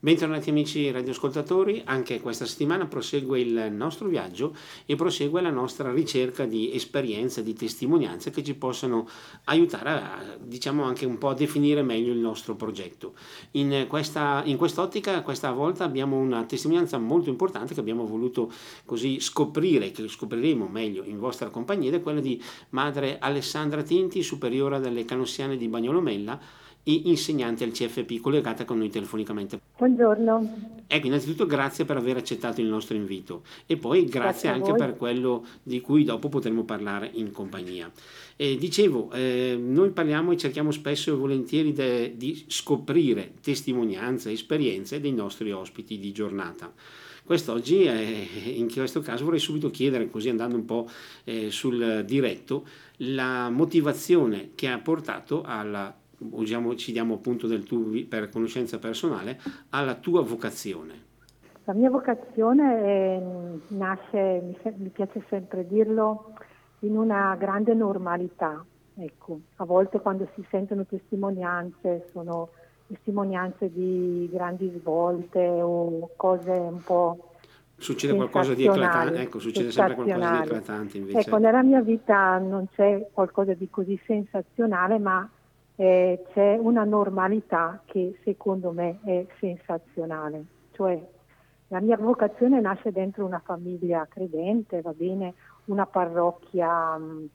Bentornati amici radioascoltatori, anche questa settimana prosegue il nostro viaggio e prosegue la nostra ricerca di esperienze, di testimonianze che ci possano aiutare diciamo anche un po' a definire meglio il nostro progetto. In quest'ottica, questa volta abbiamo una testimonianza molto importante che abbiamo voluto così scoprire, che scopriremo meglio in vostra compagnia, ed è quella di Madre Alessandra Tinti, superiora delle Canossiane di Bagnolomella e insegnante al CFP, collegata con noi telefonicamente. Buongiorno, Ecco, innanzitutto grazie per aver accettato il nostro invito e poi grazie grazie a anche voi. per quello di cui dopo potremo parlare in compagnia. Dicevo, noi parliamo e cerchiamo spesso e volentieri di scoprire testimonianze, esperienze dei nostri ospiti di giornata. Quest'oggi, in questo caso, vorrei subito chiedere, così andando un po' sul diretto, la motivazione che ha portato alla, ci diamo appunto del tu per conoscenza personale, alla tua vocazione. La mia vocazione nasce, mi piace sempre dirlo, in una grande normalità. Ecco, a volte quando si sentono testimonianze, sono testimonianze di grandi svolte o cose un po' Succede qualcosa di eclatante, sensazionali, ecco, succede sempre qualcosa di sensazionali. eclatante Ecco, invece. nella mia vita non c'è qualcosa di così sensazionale, ma c'è una normalità che secondo me è sensazionale. Cioè, la mia vocazione nasce dentro una famiglia credente, va bene, una parrocchia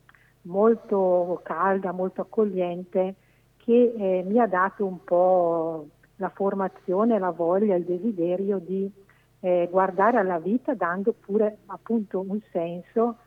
molto calda, molto accogliente, che mi ha dato un po' la formazione, la voglia, il desiderio di guardare alla vita dando pure appunto un senso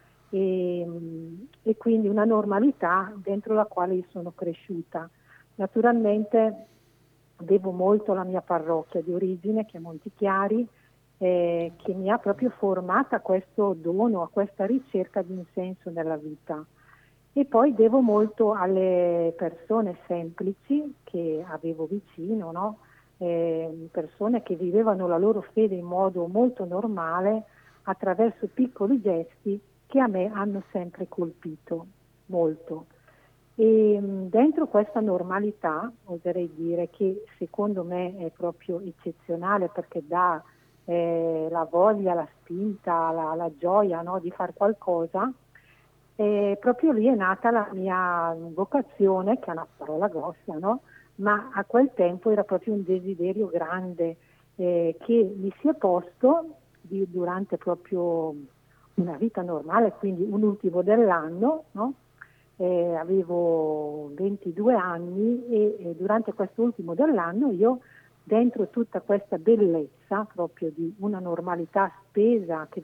e quindi una normalità dentro la quale io sono cresciuta. Naturalmente devo molto alla mia parrocchia di origine, che è Montichiari, che mi ha proprio formata a questo dono, a questa ricerca di un senso nella vita. E poi devo molto alle persone semplici che avevo vicino, no? Persone che vivevano la loro fede in modo molto normale attraverso piccoli gesti che a me hanno sempre colpito molto. E dentro questa normalità, oserei dire che secondo me è proprio eccezionale perché dà la voglia, la spinta, la gioia, no, di fare qualcosa, e proprio lì è nata la mia vocazione, che è una parola grossa, no? Ma a quel tempo era proprio un desiderio grande che mi si è posto durante proprio una vita normale, quindi un ultimo dell'anno, no? Avevo 22 anni e durante quest'ultimo dell'anno io, dentro tutta questa bellezza proprio di una normalità spesa che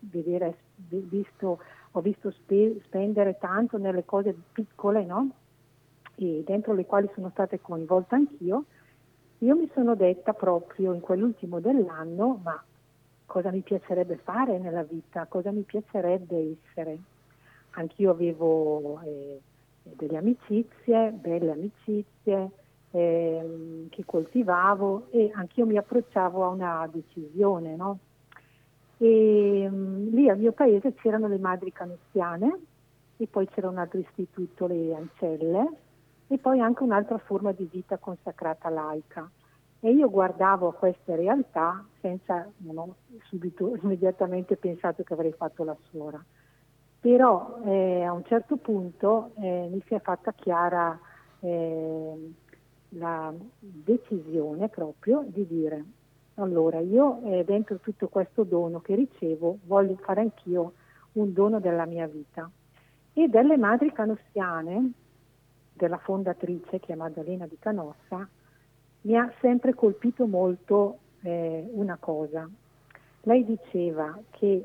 ho visto spendere tanto nelle cose piccole, no? E dentro le quali sono stata coinvolta anch'io, io mi sono detta proprio in quell'ultimo dell'anno, ma cosa mi piacerebbe fare nella vita, cosa mi piacerebbe essere. Anch'io avevo delle amicizie, belle amicizie che coltivavo e anch'io mi approcciavo a una decisione, no? E lì al mio paese c'erano le madri canossiane e poi c'era un altro istituto, le ancelle, e poi anche un'altra forma di vita consacrata laica. E io guardavo a queste realtà senza, non ho subito, immediatamente pensato che avrei fatto la suora. Però a un certo punto mi si è fatta chiara la decisione proprio di dire, allora io dentro tutto questo dono che ricevo voglio fare anch'io un dono della mia vita. E delle madri canossiane, della fondatrice che è Maddalena di Canossa, mi ha sempre colpito molto una cosa. Lei diceva che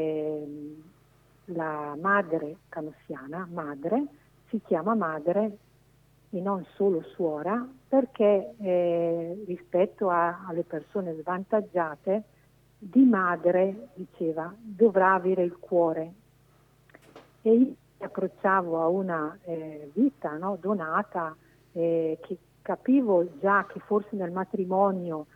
la madre canossiana, madre, si chiama madre e non solo suora, perché rispetto alle persone svantaggiate, di madre, diceva, dovrà avere il cuore. E io mi approcciavo a una vita, no, donata, che capivo già che forse nel matrimonio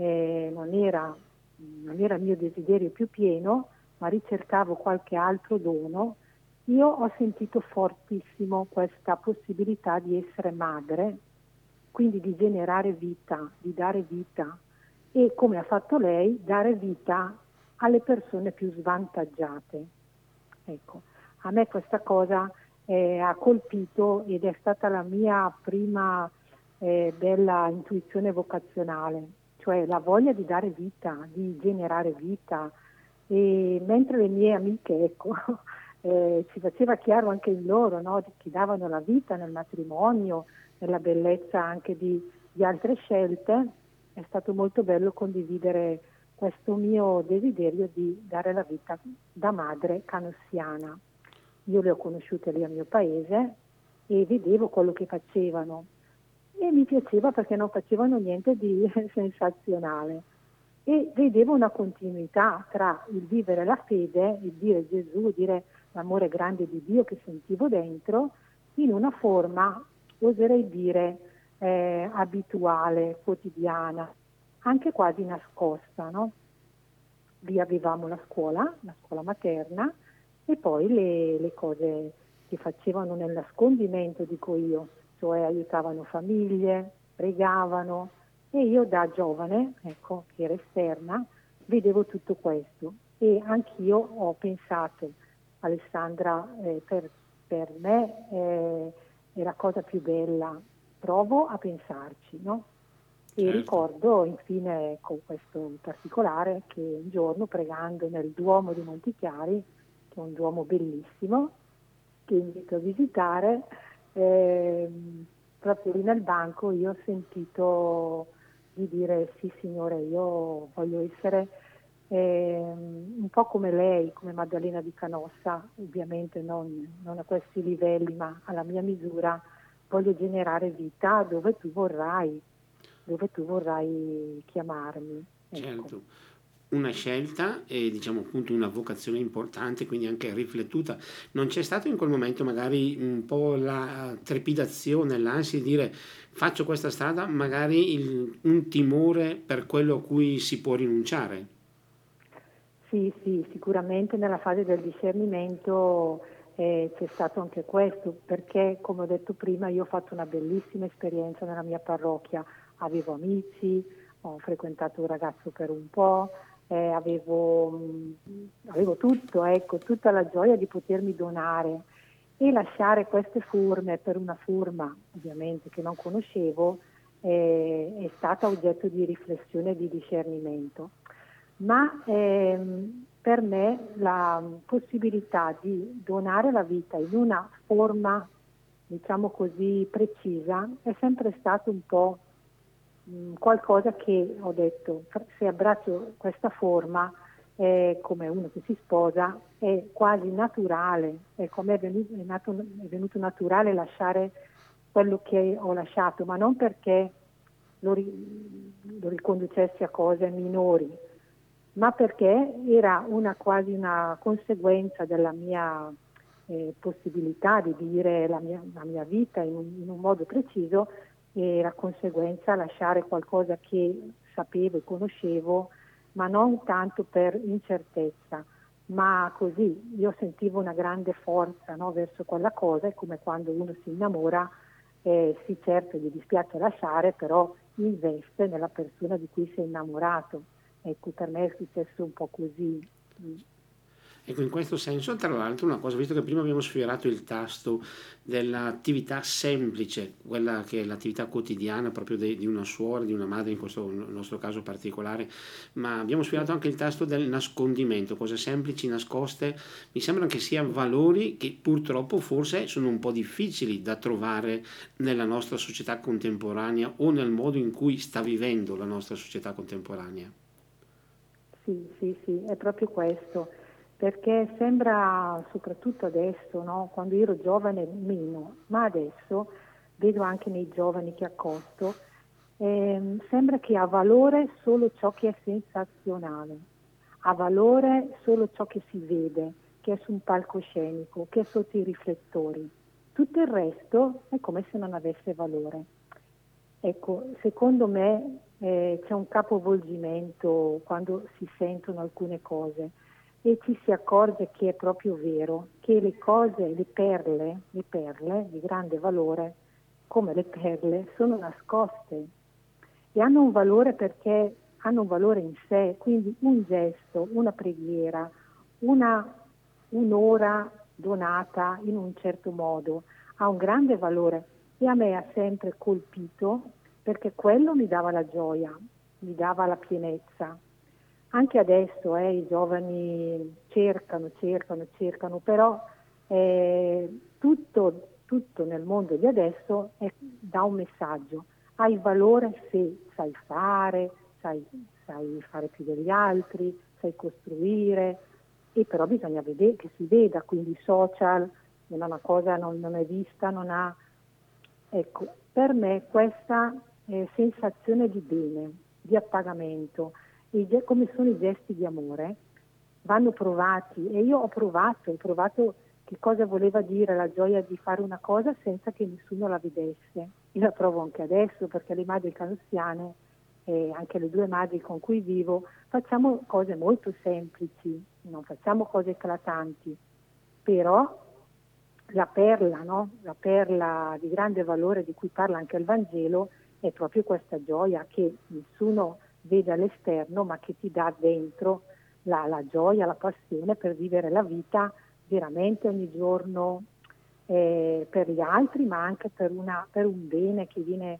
non era il mio desiderio più pieno, ma ricercavo qualche altro dono. Io ho sentito fortissimo questa possibilità di essere madre, quindi di generare vita, di dare vita. e, come ha fatto lei, dare vita alle persone più svantaggiate. Ecco, a me questa cosa ha colpito ed è stata la mia prima bella intuizione vocazionale, cioè la voglia di dare vita, di generare vita. E mentre le mie amiche, ecco, ci faceva chiaro anche in loro, no, che davano la vita nel matrimonio, nella bellezza anche di altre scelte, è stato molto bello condividere questo mio desiderio di dare la vita da madre canossiana. Io le ho conosciute lì al mio paese e vedevo quello che facevano e mi piaceva perché non facevano niente di sensazionale e vedevo una continuità tra il vivere la fede, il dire Gesù, dire l'amore grande di Dio che sentivo dentro, in una forma, oserei dire, abituale, quotidiana, anche quasi nascosta, no? Lì avevamo la scuola materna, e poi le cose che facevano nel nascondimento, dico io, cioè aiutavano famiglie, pregavano, e io da giovane, ecco, che era esterna, vedevo tutto questo e anch'io ho pensato, Alessandra, per me è la cosa più bella, provo a pensarci, no? E Certo. ricordo infine, ecco, questo particolare, che un giorno pregando nel Duomo di Montichiari, che è un duomo bellissimo, che invito a visitare, proprio lì nel banco io ho sentito di dire sì signore, io voglio essere un po' come lei, come Maddalena di Canossa, ovviamente non a questi livelli ma alla mia misura, voglio generare vita dove tu vorrai chiamarmi. Ecco. Certo, una scelta e diciamo appunto una vocazione importante, quindi anche riflettuta. Non c'è stato in quel momento magari un po' la trepidazione, l'ansia di dire faccio questa strada, magari un timore per quello a cui si può rinunciare? Sì, sì, sicuramente nella fase del discernimento c'è stato anche questo, perché come ho detto prima io ho fatto una bellissima esperienza nella mia parrocchia, avevo amici, ho frequentato un ragazzo per un po', avevo tutto, ecco, tutta la gioia di potermi donare e lasciare queste forme per una forma ovviamente che non conoscevo è stata oggetto di riflessione e di discernimento. Ma per me la possibilità di donare la vita in una forma, diciamo così, precisa è sempre stato un po' qualcosa che ho detto, se abbraccio questa forma, come uno che si sposa, è quasi naturale, è come è venuto naturale lasciare quello che ho lasciato, ma non perché lo riconducessi a cose minori, ma perché era quasi una conseguenza della mia possibilità di dire la mia vita in un modo preciso, era conseguenza lasciare qualcosa che sapevo e conoscevo, ma non tanto per incertezza, ma così io sentivo una grande forza, no, verso quella cosa, è come quando uno si innamora, sì certo gli dispiace lasciare, però investe nella persona di cui si è innamorato. Ecco, per me è successo un po' così. Ecco, in questo senso, tra l'altro, una cosa, visto che prima abbiamo sfiorato il tasto dell'attività semplice, quella che è l'attività quotidiana proprio di una suora, di una madre, in questo nel nostro caso particolare, ma abbiamo sfiorato Sì, anche il tasto del nascondimento, cose semplici, nascoste, mi sembrano che siano sì. valori che purtroppo forse sono un po' difficili da trovare nella nostra società contemporanea o nel modo in cui sta vivendo la nostra società contemporanea. Sì, sì, sì, è proprio questo, perché sembra soprattutto adesso, no? Quando io ero giovane meno, ma adesso vedo anche nei giovani che accosto, sembra che ha valore solo ciò che è sensazionale, ha valore solo ciò che si vede, che è su un palcoscenico, che è sotto i riflettori. Tutto il resto è come se non avesse valore. Ecco, secondo me c'è un capovolgimento quando si sentono alcune cose e ci si accorge che è proprio vero, che le cose, le perle di grande valore, come le perle, sono nascoste e hanno un valore perché hanno un valore in sé, quindi un gesto, una preghiera, un'ora donata in un certo modo ha un grande valore e a me ha sempre colpito perché quello mi dava la gioia, mi dava la pienezza. Anche adesso i giovani cercano, però tutto nel mondo di adesso dà un messaggio. Hai valore se sai fare più degli altri, sai costruire, e però bisogna vedere che si veda, quindi i social non è una cosa, non è vista, non ha... Ecco, per me questa sensazione di bene, di appagamento, come sono i gesti di amore, vanno provati e io ho provato che cosa voleva dire la gioia di fare una cosa senza che nessuno la vedesse. Io la provo anche adesso perché le madri canossiane e anche le 2 madri con cui vivo facciamo cose molto semplici, non facciamo cose eclatanti, però la perla, no? La perla di grande valore di cui parla anche il Vangelo è proprio questa gioia che nessuno vede all'esterno ma che ti dà dentro la gioia, la passione per vivere la vita veramente ogni giorno per gli altri, ma anche per un bene che viene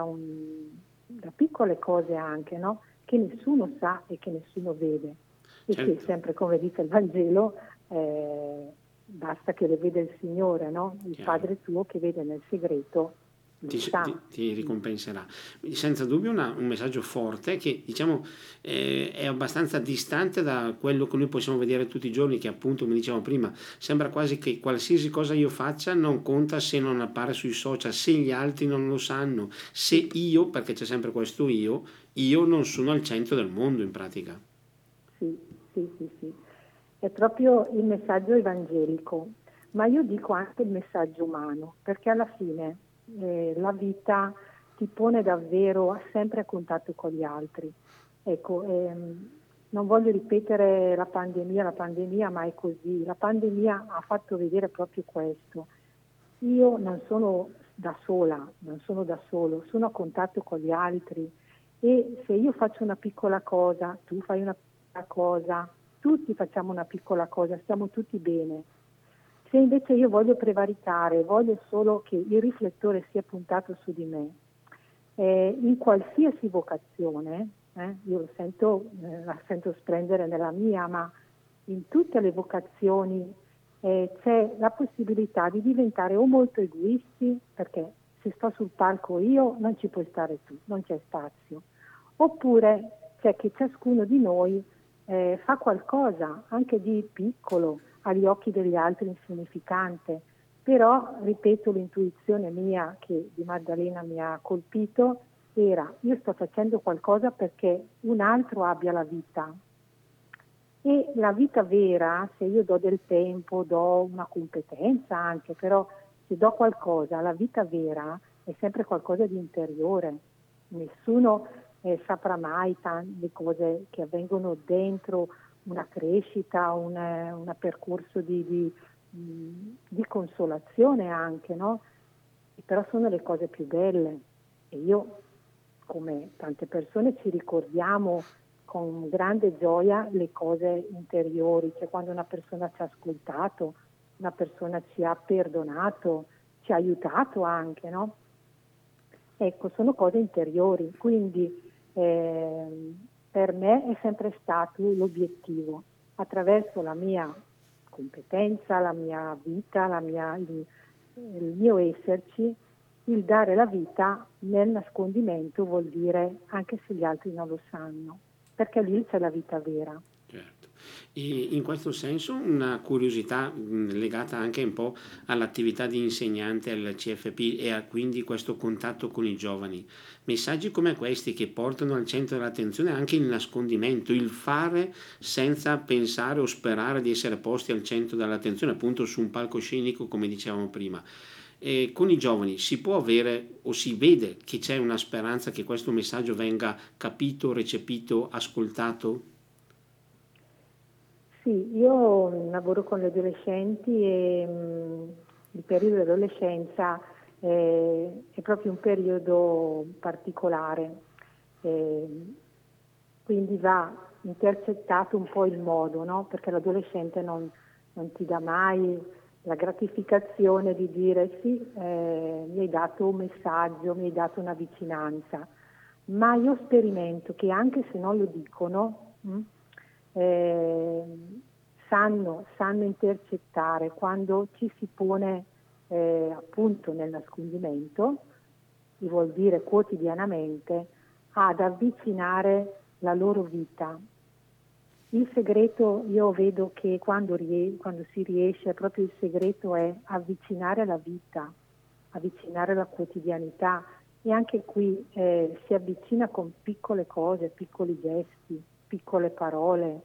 da piccole cose anche, no? Che nessuno sa e che nessuno vede. E che Certo. sempre, come dice il Vangelo, basta che le veda il Signore, no? Il Chiaro. Padre tuo che vede nel segreto. Ti ricompenserà. Senza dubbio un messaggio forte che diciamo è abbastanza distante da quello che noi possiamo vedere tutti i giorni, che appunto, come dicevamo prima, sembra quasi che qualsiasi cosa io faccia non conta se non appare sui social, se gli altri non lo sanno, se io, perché c'è sempre questo io non sono al centro del mondo in pratica. Sì. È proprio il messaggio evangelico, ma io dico anche il messaggio umano, perché alla fine la vita ti pone davvero sempre a contatto con gli altri. Ecco, non voglio ripetere la pandemia, ma è così. La pandemia ha fatto vedere proprio questo. Io non sono da sola, non sono da solo, sono a contatto con gli altri e se io faccio una piccola cosa, tu fai una piccola cosa, tutti facciamo una piccola cosa, stiamo tutti bene. Se invece io voglio prevaricare, voglio solo che il riflettore sia puntato su di me, in qualsiasi vocazione, io la sento splendere nella mia, ma in tutte le vocazioni c'è la possibilità di diventare o molto egoisti, perché se sto sul palco io non ci puoi stare tu, non c'è spazio, oppure c'è che ciascuno di noi fa qualcosa anche di piccolo agli occhi degli altri, insignificante, però ripeto, l'intuizione mia che di Maddalena mi ha colpito era: io sto facendo qualcosa perché un altro abbia la vita. E la vita vera, se io do del tempo, do una competenza anche, però se do qualcosa, la vita vera è sempre qualcosa di interiore. Nessuno saprà mai le cose che avvengono dentro una crescita, un percorso di consolazione anche, no? E però sono le cose più belle. E io, come tante persone, ci ricordiamo con grande gioia le cose interiori, cioè quando una persona ci ha ascoltato, una persona ci ha perdonato, ci ha aiutato anche, no? Ecco, sono cose interiori, quindi per me è sempre stato l'obiettivo, attraverso la mia competenza, la mia vita, il mio esserci, il dare la vita nel nascondimento vuol dire anche se gli altri non lo sanno, perché lì c'è la vita vera. Certo. E in questo senso una curiosità legata anche un po' all'attività di insegnante al CFP e a quindi questo contatto con i giovani. Messaggi come questi che portano al centro dell'attenzione anche il nascondimento, il fare senza pensare o sperare di essere posti al centro dell'attenzione, appunto su un palcoscenico come dicevamo prima. E con i giovani si può avere o si vede che c'è una speranza che questo messaggio venga capito, recepito, ascoltato? Sì, io lavoro con gli adolescenti e il periodo dell'adolescenza è proprio un periodo particolare. Eh, quindi va intercettato un po' il modo, no? Perché l'adolescente non ti dà mai la gratificazione di dire sì, mi hai dato un messaggio, mi hai dato una vicinanza, ma io sperimento che anche se non lo dicono, eh, sanno intercettare quando ci si pone appunto nel nascondimento, che vuol dire quotidianamente, ad avvicinare la loro vita. Il segreto, io vedo che quando si riesce, proprio il segreto è avvicinare la vita, avvicinare la quotidianità, e anche qui si avvicina con piccole cose, piccoli gesti, piccole parole.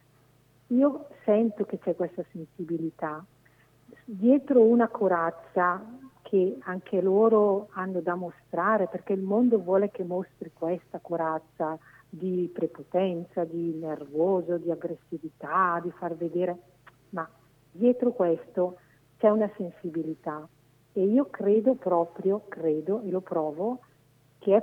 Io sento che c'è questa sensibilità. Dietro una corazza che anche loro hanno da mostrare, perché il mondo vuole che mostri questa corazza di prepotenza, di nervoso, di aggressività, di far vedere, ma dietro questo c'è una sensibilità, e io credo e lo provo, che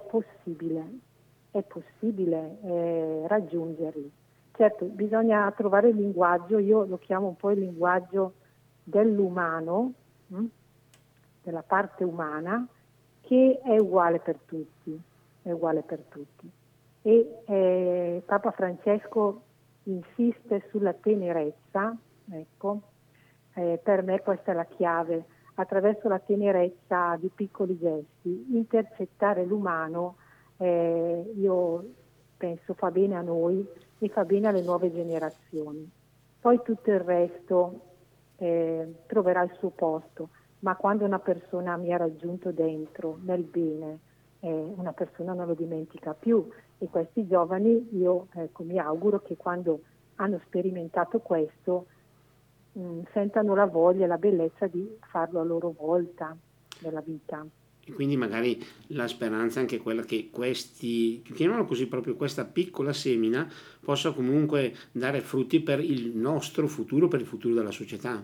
è possibile raggiungerli. Certo, bisogna trovare il linguaggio, io lo chiamo un po' il linguaggio dell'umano, della parte umana, che è uguale per tutti, è uguale per tutti. E Papa Francesco insiste sulla tenerezza, ecco, per me questa è la chiave, attraverso la tenerezza di piccoli gesti, intercettare l'umano, io penso fa bene a noi e fa bene alle nuove generazioni. Poi tutto il resto troverà il suo posto, ma quando una persona mi ha raggiunto dentro, nel bene, una persona non lo dimentica più, e questi giovani io mi auguro che quando hanno sperimentato questo sentano la voglia e la bellezza di farlo a loro volta nella vita. E quindi magari la speranza è anche quella che questi, chiamiamolo così, proprio questa piccola semina possa comunque dare frutti per il nostro futuro, per il futuro della società.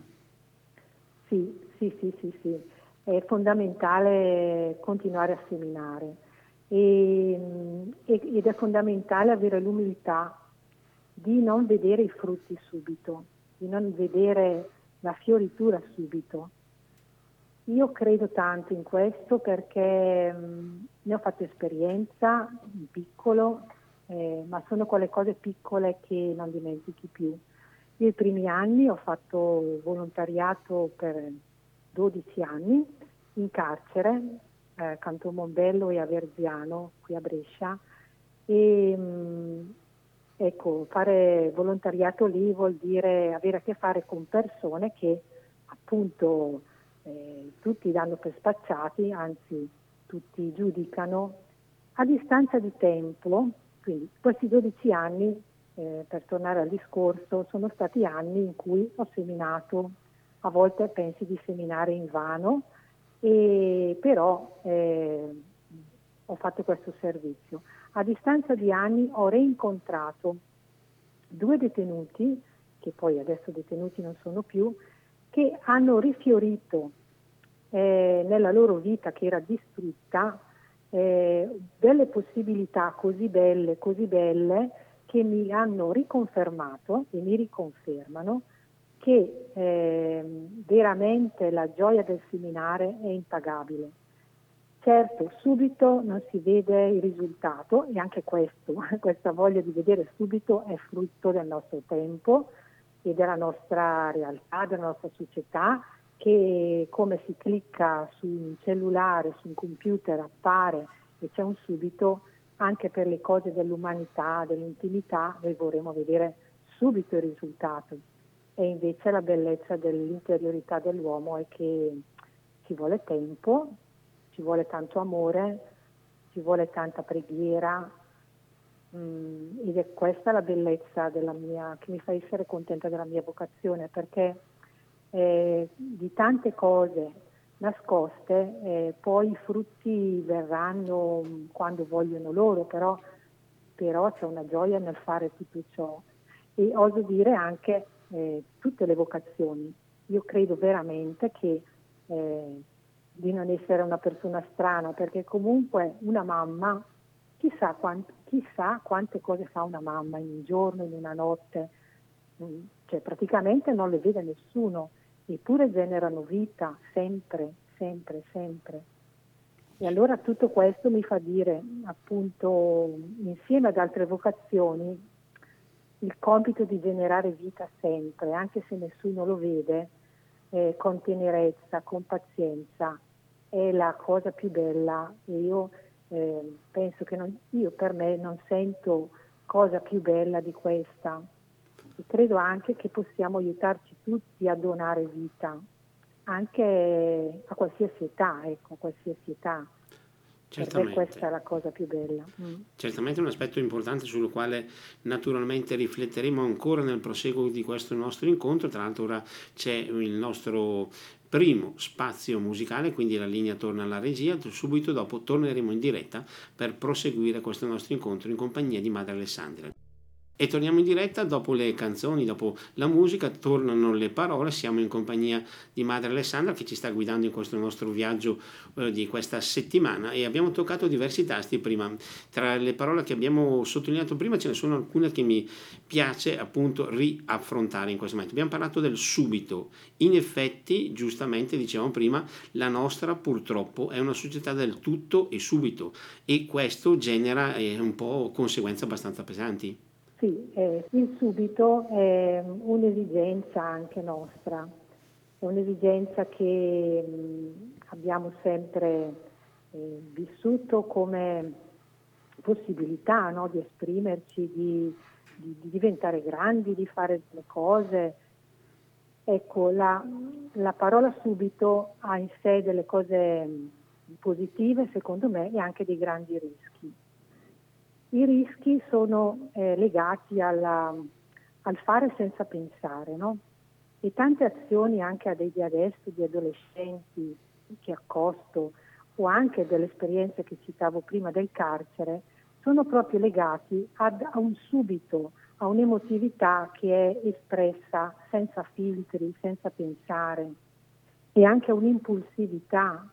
Sì, sì, sì, sì, sì. È fondamentale continuare a seminare ed è fondamentale avere l'umiltà di non vedere i frutti subito, di non vedere la fioritura subito. Io credo tanto in questo perché ne ho fatto esperienza in piccolo, ma sono quelle cose piccole che non dimentichi più. Io i primi anni ho fatto volontariato per 12 anni in carcere, Canton Mombello e a Verziano, qui a Brescia, e ecco, fare volontariato lì vuol dire avere a che fare con persone che appunto tutti danno per spacciati, anzi tutti giudicano a distanza di tempo. Quindi questi 12 anni, per tornare al discorso, sono stati anni in cui ho seminato, a volte pensi di seminare in vano, e però ho fatto questo servizio. A distanza di anni ho reincontrato 2 detenuti, che poi adesso detenuti non sono più, che hanno rifiorito nella loro vita che era distrutta delle possibilità così belle, che mi hanno riconfermato e mi riconfermano che veramente la gioia del seminare è impagabile. Certo, subito non si vede il risultato, e anche questo, questa voglia di vedere subito è frutto del nostro tempo e della nostra realtà, della nostra società, che come si clicca su un cellulare, su un computer, appare e c'è un subito. Anche per le cose dell'umanità, dell'intimità, noi vorremmo vedere subito il risultato, e invece la bellezza dell'interiorità dell'uomo è che ci vuole tempo, ci vuole tanto amore, ci vuole tanta preghiera, ed è questa la bellezza che mi fa essere contenta della mia vocazione, perché di tante cose nascoste poi i frutti verranno quando vogliono loro, però c'è una gioia nel fare tutto ciò, e oso dire anche tutte le vocazioni. Io credo veramente che di non essere una persona strana, perché comunque una mamma chissà quante cose fa una mamma in un giorno, in una notte, cioè praticamente non le vede nessuno, eppure generano vita sempre, sempre, sempre. E allora tutto questo mi fa dire, appunto, insieme ad altre vocazioni, il compito di generare vita sempre, anche se nessuno lo vede, con tenerezza, con pazienza, è la cosa più bella. E io penso che io per me non sento cosa più bella di questa. E credo anche che possiamo aiutarci tutti a donare vita, anche a qualsiasi età, ecco, a qualsiasi età. Per me questa Certamente. è la cosa più bella. Certamente un aspetto importante sul quale naturalmente rifletteremo ancora nel proseguo di questo nostro incontro. Tra l'altro ora c'è il nostro primo spazio musicale, quindi la linea torna alla regia, subito dopo torneremo in diretta per proseguire questo nostro incontro in compagnia di Madre Alessandra. E torniamo in diretta dopo le canzoni, dopo la musica, tornano le parole, siamo in compagnia di Madre Alessandra che ci sta guidando in questo nostro viaggio di questa settimana e abbiamo toccato diversi tasti prima. Tra le parole che abbiamo sottolineato prima ce ne sono alcune che mi piace appunto riaffrontare in questo momento. Abbiamo parlato del subito. In effetti, giustamente dicevamo prima, la nostra purtroppo è una società del tutto e subito e questo genera un po' conseguenze abbastanza pesanti. Sì, il subito è un'esigenza anche nostra, è un'esigenza che abbiamo sempre vissuto come possibilità, no, di esprimerci, di diventare grandi, di fare delle cose. Ecco, la parola subito ha in sé delle cose positive, secondo me, e anche dei grandi rischi. I rischi sono legati al fare senza pensare, no? E tante azioni anche di adesso, di adolescenti che accosto, o anche delle esperienze che citavo prima del carcere, sono proprio legati a un subito, a un'emotività che è espressa senza filtri, senza pensare, e anche a un'impulsività.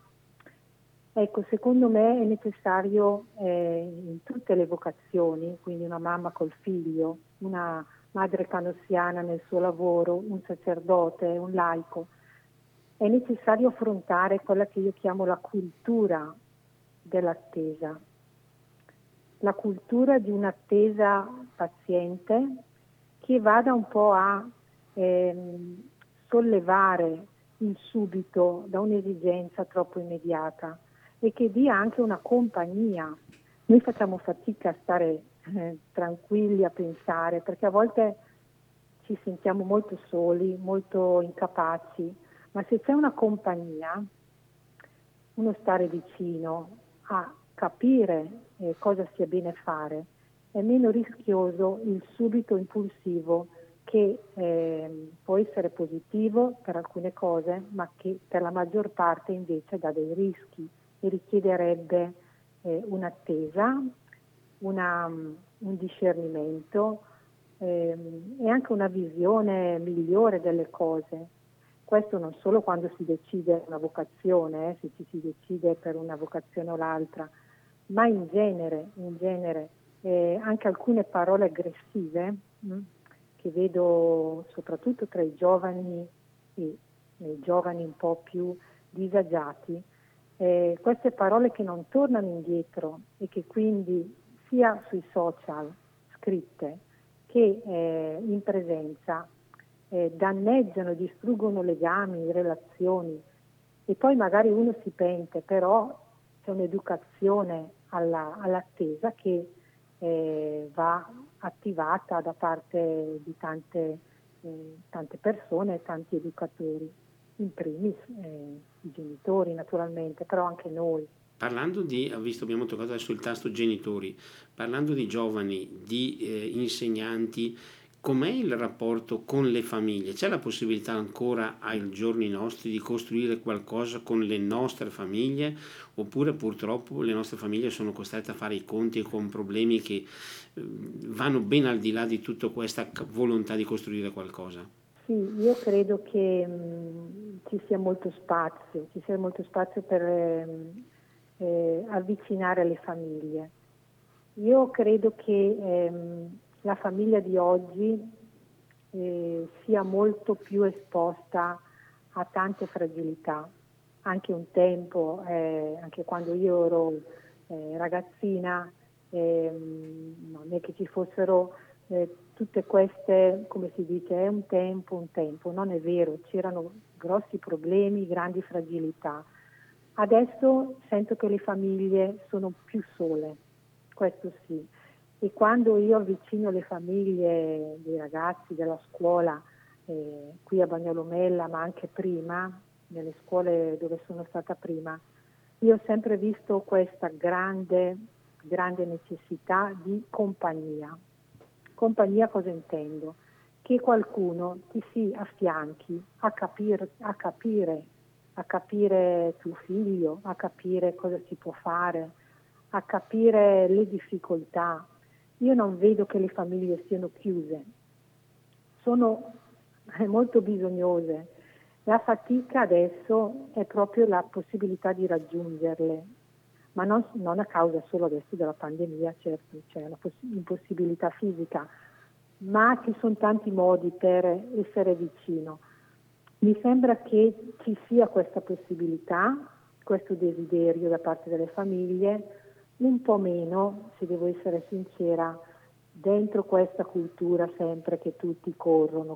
Ecco, secondo me è necessario in tutte le vocazioni, quindi una mamma col figlio, una madre canossiana nel suo lavoro, un sacerdote, un laico, è necessario affrontare quella che io chiamo la cultura dell'attesa, la cultura di un'attesa paziente che vada un po' a sollevare il subito da un'esigenza troppo immediata e che dia anche una compagnia. Noi facciamo fatica a stare tranquilli, a pensare, perché a volte ci sentiamo molto soli, molto incapaci, ma se c'è una compagnia, uno stare vicino a capire cosa sia bene fare, è meno rischioso il subito impulsivo che può essere positivo per alcune cose, ma che per la maggior parte invece dà dei rischi e richiederebbe un'attesa, un discernimento e anche una visione migliore delle cose. Questo non solo quando si decide una vocazione, se ci si decide per una vocazione o l'altra, ma in genere anche alcune parole aggressive che vedo soprattutto tra i giovani e nei giovani un po' più disagiati, queste parole che non tornano indietro e che quindi sia sui social scritte che in presenza danneggiano e distruggono legami, relazioni e poi magari uno si pente, però c'è un'educazione all'attesa che va attivata da parte di tante persone, tanti educatori, in primis i genitori naturalmente, però anche noi. Parlando di, visto abbiamo toccato adesso il tasto genitori, parlando di giovani, di insegnanti, com'è il rapporto con le famiglie? C'è la possibilità ancora ai giorni nostri di costruire qualcosa con le nostre famiglie oppure purtroppo le nostre famiglie sono costrette a fare i conti con problemi che vanno ben al di là di tutta questa volontà di costruire qualcosa? Sì, io credo che ci sia molto spazio per avvicinare le famiglie. Io credo che la famiglia di oggi sia molto più esposta a tante fragilità. Anche un tempo, anche quando io ero ragazzina, non è che ci fossero tutte queste, come si dice, è un tempo, non è vero, c'erano grossi problemi, grandi fragilità. Adesso sento che le famiglie sono più sole, questo sì. E quando io avvicino le famiglie dei ragazzi della scuola, qui a Bagnolomella, ma anche prima, nelle scuole dove sono stata prima, io ho sempre visto questa grande necessità di compagnia. Compagnia cosa intendo? Che qualcuno ti si affianchi a capire tuo figlio, a capire cosa si può fare, a capire le difficoltà. Io non vedo che le famiglie siano chiuse, sono molto bisognose. La fatica adesso è proprio la possibilità di raggiungerle, ma non a causa solo adesso della pandemia, certo, c'è l'impossibilità fisica, ma ci sono tanti modi per essere vicino. Mi sembra che ci sia questa possibilità, questo desiderio da parte delle famiglie, un po' meno, se devo essere sincera, dentro questa cultura sempre che tutti corrono,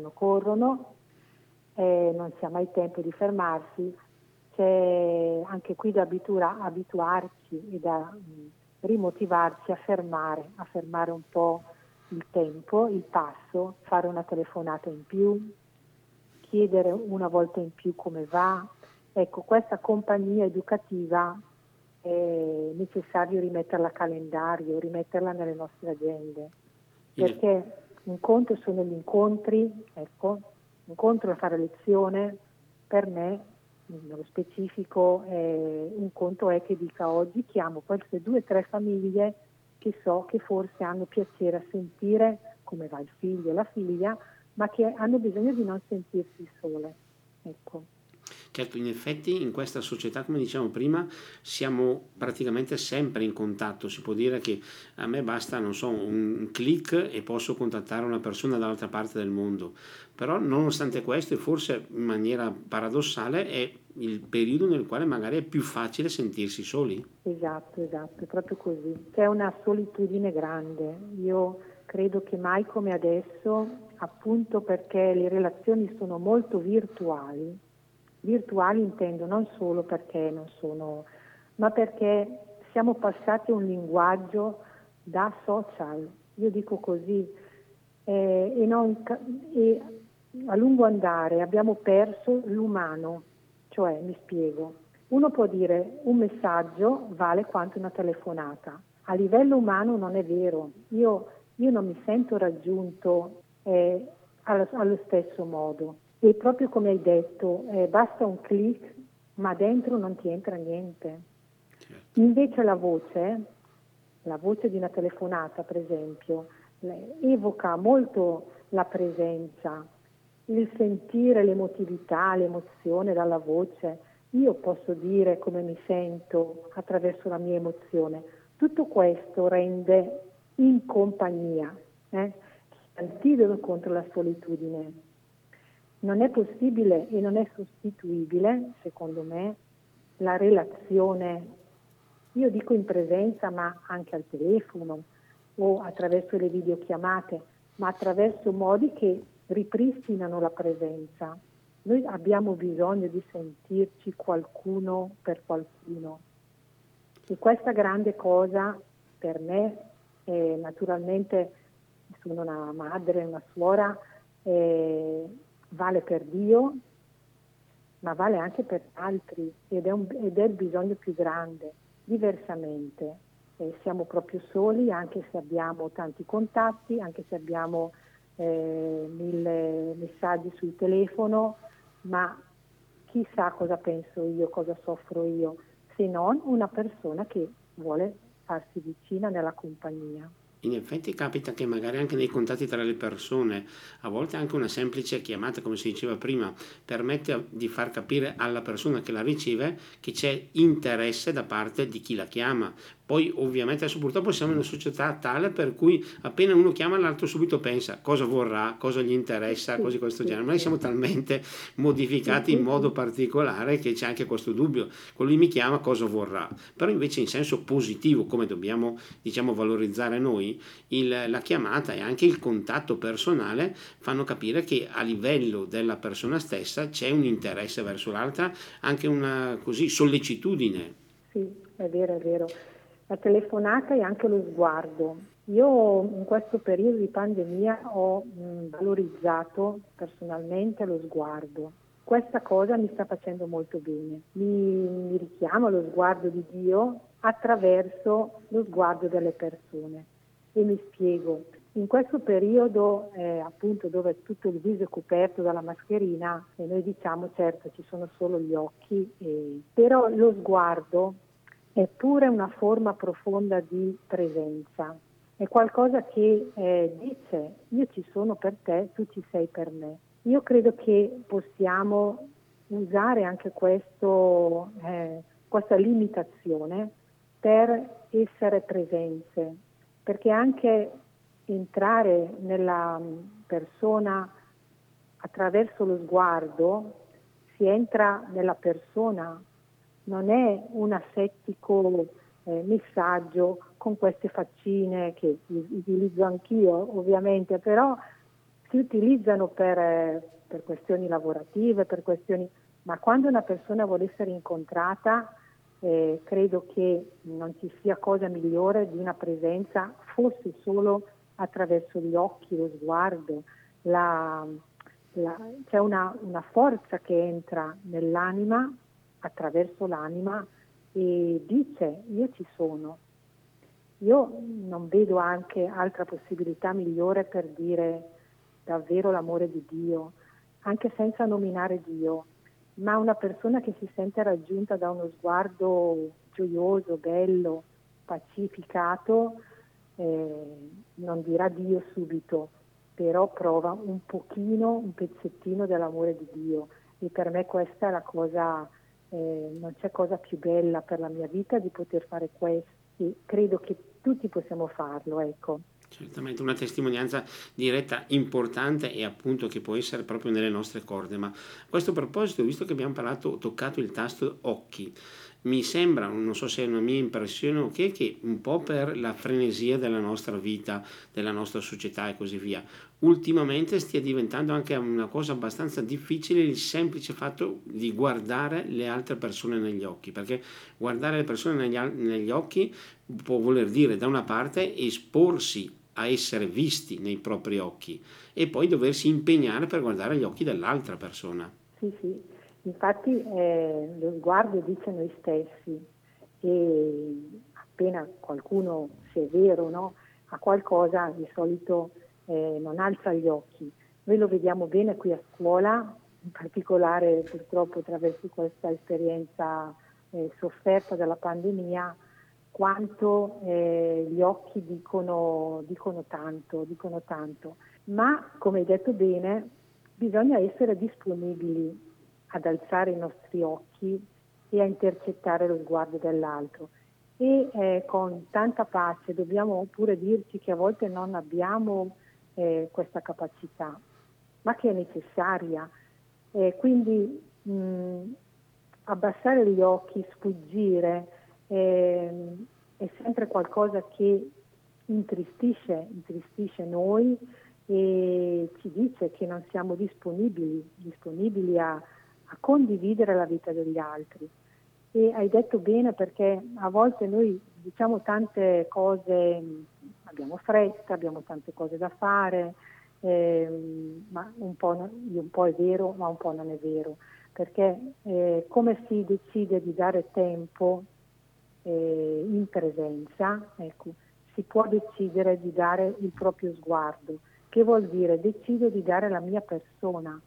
non si ha mai tempo di fermarsi, c'è anche qui da abituarci e da rimotivarci a fermare un po' il tempo, il passo, fare una telefonata in più, chiedere una volta in più come va. Ecco, questa compagnia educativa è necessario rimetterla a calendario, rimetterla nelle nostre agende, perché un conto sono gli incontri, ecco, un conto è fare lezione, per me, nello specifico, un conto è che dica oggi chiamo queste 2 o 3 famiglie che so che forse hanno piacere a sentire come va il figlio e la figlia, ma che hanno bisogno di non sentirsi sole. Ecco. Certo, in effetti in questa società, come diciamo prima, siamo praticamente sempre in contatto. Si può dire che a me basta, non so, un click e posso contattare una persona dall'altra parte del mondo. Però nonostante questo, e forse in maniera paradossale, è il periodo nel quale magari è più facile sentirsi soli. Esatto, è proprio così. C'è una solitudine grande. Io credo che mai come adesso, appunto perché le relazioni sono molto virtuali intendo non solo perché non sono, ma perché siamo passati a un linguaggio da social, io dico così, e a lungo andare abbiamo perso l'umano, cioè mi spiego. Uno può dire un messaggio vale quanto una telefonata. A livello umano non è vero. Io non mi sento raggiunto allo stesso modo. E proprio come hai detto, basta un click, ma dentro non ti entra niente. Invece la voce di una telefonata, per esempio, evoca molto la presenza, il sentire l'emotività, l'emozione dalla voce. Io posso dire come mi sento attraverso la mia emozione. Tutto questo rende in compagnia, antidoto contro la solitudine. Non è possibile e non è sostituibile, secondo me, la relazione, io dico in presenza, ma anche al telefono o attraverso le videochiamate, ma attraverso modi che ripristinano la presenza. Noi abbiamo bisogno di sentirci qualcuno per qualcuno. E questa grande cosa per me, naturalmente sono una madre, una suora, vale per Dio, ma vale anche per altri ed è il bisogno più grande. Diversamente siamo proprio soli, anche se abbiamo tanti contatti, anche se abbiamo 1000 messaggi sul telefono, ma chissà cosa penso io, cosa soffro io, se non una persona che vuole farsi vicina nella compagnia. In effetti capita che magari anche nei contatti tra le persone, a volte anche una semplice chiamata, come si diceva prima, permette di far capire alla persona che la riceve che c'è interesse da parte di chi la chiama. Poi ovviamente adesso purtroppo siamo in una società tale per cui appena uno chiama l'altro subito pensa cosa vorrà, cosa gli interessa, Sì, cose di questo sì, genere. Ma noi sì, siamo talmente sì, modificati in sì, modo sì, particolare che c'è anche questo dubbio. Colui mi chiama cosa vorrà, però invece in senso positivo, come dobbiamo diciamo valorizzare noi, la chiamata e anche il contatto personale fanno capire che a livello della persona stessa c'è un interesse verso l'altra, anche una così sollecitudine. sì, è vero, è vero. La telefonata e anche lo sguardo. Io in questo periodo di pandemia ho valorizzato personalmente lo sguardo. Questa cosa mi sta facendo molto bene. Mi richiama lo sguardo di Dio attraverso lo sguardo delle persone. E mi spiego. In questo periodo, appunto, dove tutto il viso è coperto dalla mascherina, e noi diciamo certo ci sono solo gli occhi, però lo sguardo è pure una forma profonda di presenza. È qualcosa che dice io ci sono per te, tu ci sei per me. Io credo che possiamo usare anche questa limitazione per essere presenze, perché anche entrare nella persona attraverso lo sguardo, si entra nella persona, non è un asettico messaggio con queste faccine che utilizzo anch'io ovviamente, però si utilizzano per questioni lavorative, per questioni, ma quando una persona vuole essere incontrata, credo che non ci sia cosa migliore di una presenza, fosse solo attraverso gli occhi, lo sguardo, la, c'è una forza che entra nell'anima, attraverso l'anima, e dice io ci sono. Io non vedo anche altra possibilità migliore per dire davvero l'amore di Dio, anche senza nominare Dio, ma una persona che si sente raggiunta da uno sguardo gioioso, bello, pacificato, non dirà Dio subito, però prova un pochino, un pezzettino dell'amore di Dio, e per me questa è la cosa, non c'è cosa più bella per la mia vita di poter fare questo, e credo che tutti possiamo farlo, ecco. Certamente una testimonianza diretta importante e appunto che può essere proprio nelle nostre corde. Ma a questo proposito, visto che abbiamo toccato il tasto occhi, mi sembra, non so se è una mia impressione o che un po' per la frenesia della nostra vita, della nostra società e così via, ultimamente stia diventando anche una cosa abbastanza difficile il semplice fatto di guardare le altre persone negli occhi, perché guardare le persone negli occhi può voler dire da una parte esporsi a essere visti nei propri occhi e poi doversi impegnare per guardare gli occhi dell'altra persona. Sì, sì, infatti lo sguardo dice noi stessi, e appena qualcuno, se è vero, no, ha qualcosa, di solito non alza gli occhi. Noi lo vediamo bene qui a scuola, in particolare purtroppo attraverso questa esperienza sofferta dalla pandemia, quanto gli occhi dicono tanto. Ma come hai detto bene, bisogna essere disponibili ad alzare i nostri occhi e a intercettare lo sguardo dell'altro. E con tanta pace dobbiamo pure dirci che a volte non abbiamo questa capacità, ma che è necessaria. Quindi abbassare gli occhi, sfuggire, è sempre qualcosa che intristisce noi e ci dice che non siamo disponibili a condividere la vita degli altri. E hai detto bene, perché a volte noi diciamo tante cose, abbiamo fretta, abbiamo tante cose da fare, ma un po' è vero, ma un po' non è vero, perché come si decide di dare tempo in presenza, ecco, si può decidere di dare il proprio sguardo, che vuol dire decido di dare la mia persona.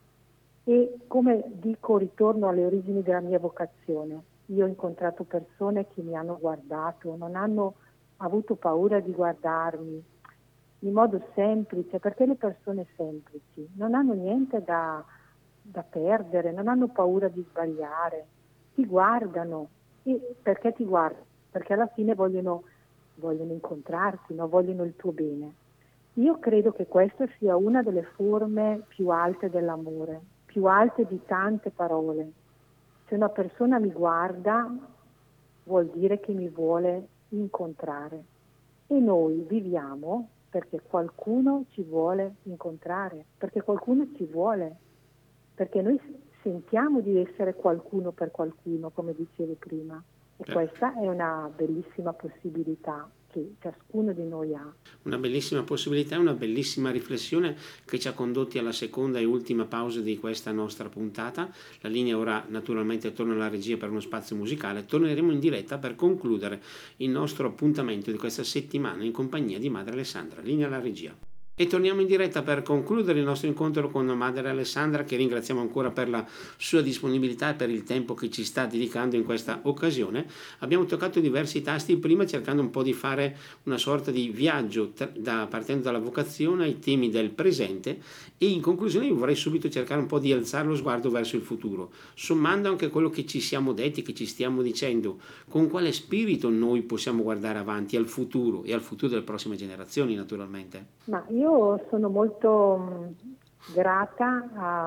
E come dico, ritorno alle origini della mia vocazione. Io ho incontrato persone che mi hanno guardato, non hanno avuto paura di guardarmi in modo semplice, perché le persone semplici non hanno niente da perdere, non hanno paura di sbagliare, ti guardano. E perché ti guardano? perché alla fine vogliono incontrarti, no? Vogliono il tuo bene. Io credo che questa sia una delle forme più alte dell'amore, più alte di tante parole. Se una persona mi guarda, vuol dire che mi vuole incontrare. E noi viviamo perché qualcuno ci vuole incontrare, perché qualcuno ci vuole, perché noi sentiamo di essere qualcuno per qualcuno, come dicevo prima. E questa è una bellissima possibilità che ciascuno di noi ha. Una bellissima possibilità e una bellissima riflessione che ci ha condotti alla seconda e ultima pausa di questa nostra puntata. La linea ora naturalmente torna alla regia per uno spazio musicale. Torneremo in diretta per concludere il nostro appuntamento di questa settimana in compagnia di Madre Alessandra. Linea alla regia. E torniamo in diretta per concludere il nostro incontro con Madre Alessandra, che ringraziamo ancora per la sua disponibilità e per il tempo che ci sta dedicando in questa occasione. Abbiamo toccato diversi tasti prima, cercando un po' di fare una sorta di viaggio partendo dalla vocazione ai temi del presente, e in conclusione io vorrei subito cercare un po' di alzare lo sguardo verso il futuro, sommando anche quello che ci siamo detti, che ci stiamo dicendo. Con quale spirito noi possiamo guardare avanti al futuro e al futuro delle prossime generazioni, naturalmente? Ma io sono molto grata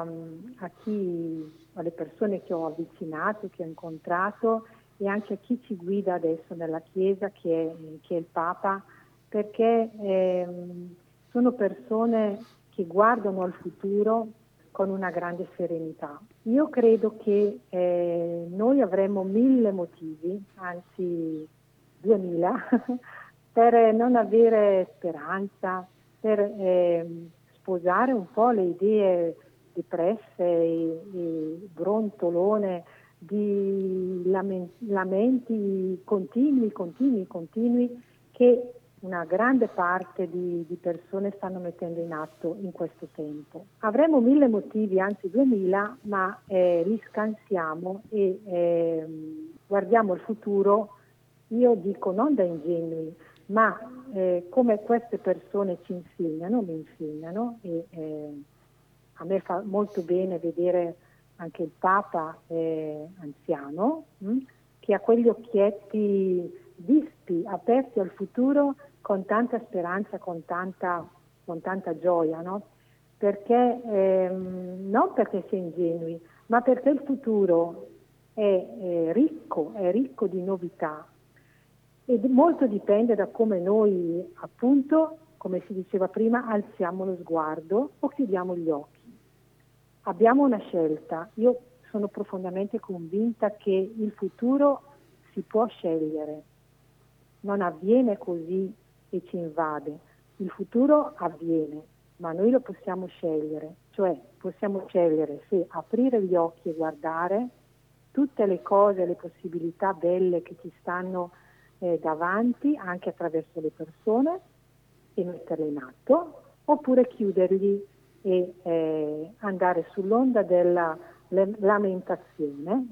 alle persone che ho avvicinato, che ho incontrato, e anche a chi ci guida adesso nella Chiesa, che è il Papa, perché sono persone che guardano al futuro con una grande serenità. Io credo che noi avremo 1000 motivi, anzi 2000, per non avere speranza, per sposare un po' le idee depresse e brontolone di lamenti continui che una grande parte di persone stanno mettendo in atto in questo tempo. Avremo 1000 motivi, anzi 2000, ma li scansiamo e guardiamo il futuro, io dico non da ingenui, ma come queste persone mi insegnano, e a me fa molto bene vedere anche il Papa anziano, che ha quegli occhietti vispi, aperti al futuro con tanta speranza, con tanta gioia, no? Perché non perché si è ingenui, ma perché il futuro è ricco di novità. E molto dipende da come noi, appunto, come si diceva prima, alziamo lo sguardo o chiudiamo gli occhi. Abbiamo una scelta. Io sono profondamente convinta che il futuro si può scegliere. Non avviene così e ci invade. Il futuro avviene, ma noi lo possiamo scegliere. Cioè possiamo scegliere se aprire gli occhi e guardare tutte le cose, le possibilità belle che ci stanno davanti, anche attraverso le persone, e metterle in atto, oppure chiuderli e andare sull'onda della lamentazione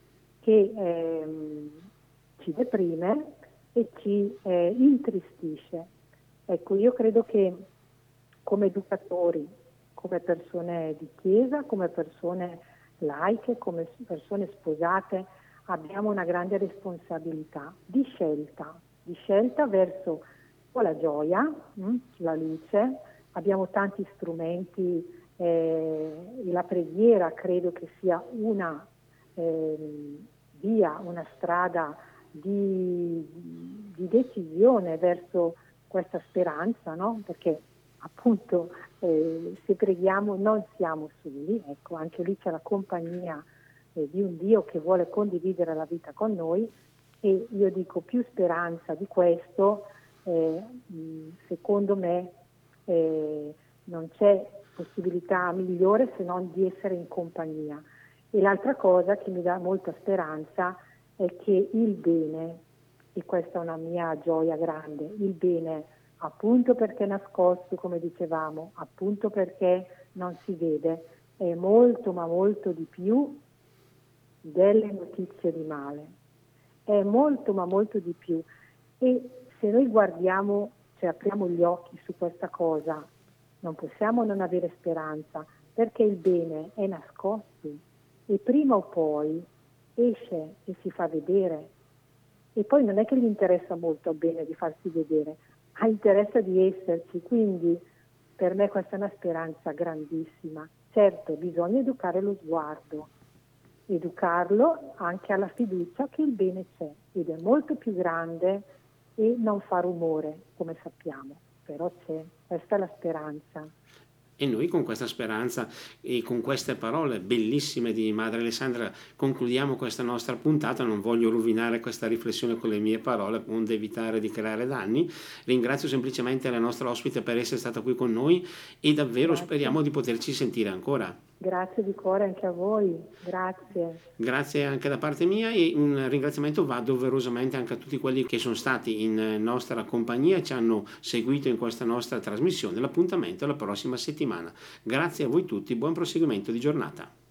che ci deprime e ci intristisce. Ecco, io credo che come educatori, come persone di chiesa, come persone laiche, come persone sposate, abbiamo una grande responsabilità di scelta verso la gioia, la luce. Abbiamo tanti strumenti, la preghiera credo che sia una via, una strada di decisione verso questa speranza, no? Perché appunto se preghiamo non siamo soli, ecco, anche lì c'è la compagnia di un Dio che vuole condividere la vita con noi, e io dico più speranza di questo, secondo me non c'è possibilità migliore se non di essere in compagnia. E l'altra cosa che mi dà molta speranza è che il bene, e questa è una mia gioia grande, il bene appunto perché è nascosto, come dicevamo, appunto perché non si vede, è molto ma molto di più delle notizie di male, è molto ma molto di più. E se noi guardiamo, cioè apriamo gli occhi su questa cosa, non possiamo non avere speranza, perché il bene è nascosto e prima o poi esce e si fa vedere. e poi non è che gli interessa molto bene di farsi vedere, ha interesse di esserci, quindi per me questa è una speranza grandissima. Certo, bisogna educare lo sguardo, educarlo anche alla fiducia che il bene c'è ed è molto più grande e non fa rumore, come sappiamo, però c'è, questa è la speranza. E noi con questa speranza e con queste parole bellissime di Madre Alessandra concludiamo questa nostra puntata. Non voglio rovinare questa riflessione con le mie parole, onde evitare di creare danni. Ringrazio semplicemente la nostra ospite per essere stata qui con noi e davvero Grazie. speriamo di poterci sentire ancora. Grazie di cuore anche a voi, grazie. Grazie anche da parte mia e un ringraziamento va doverosamente anche a tutti quelli che sono stati in nostra compagnia e ci hanno seguito in questa nostra trasmissione. L'appuntamento è la prossima settimana. Grazie a voi tutti, buon proseguimento di giornata.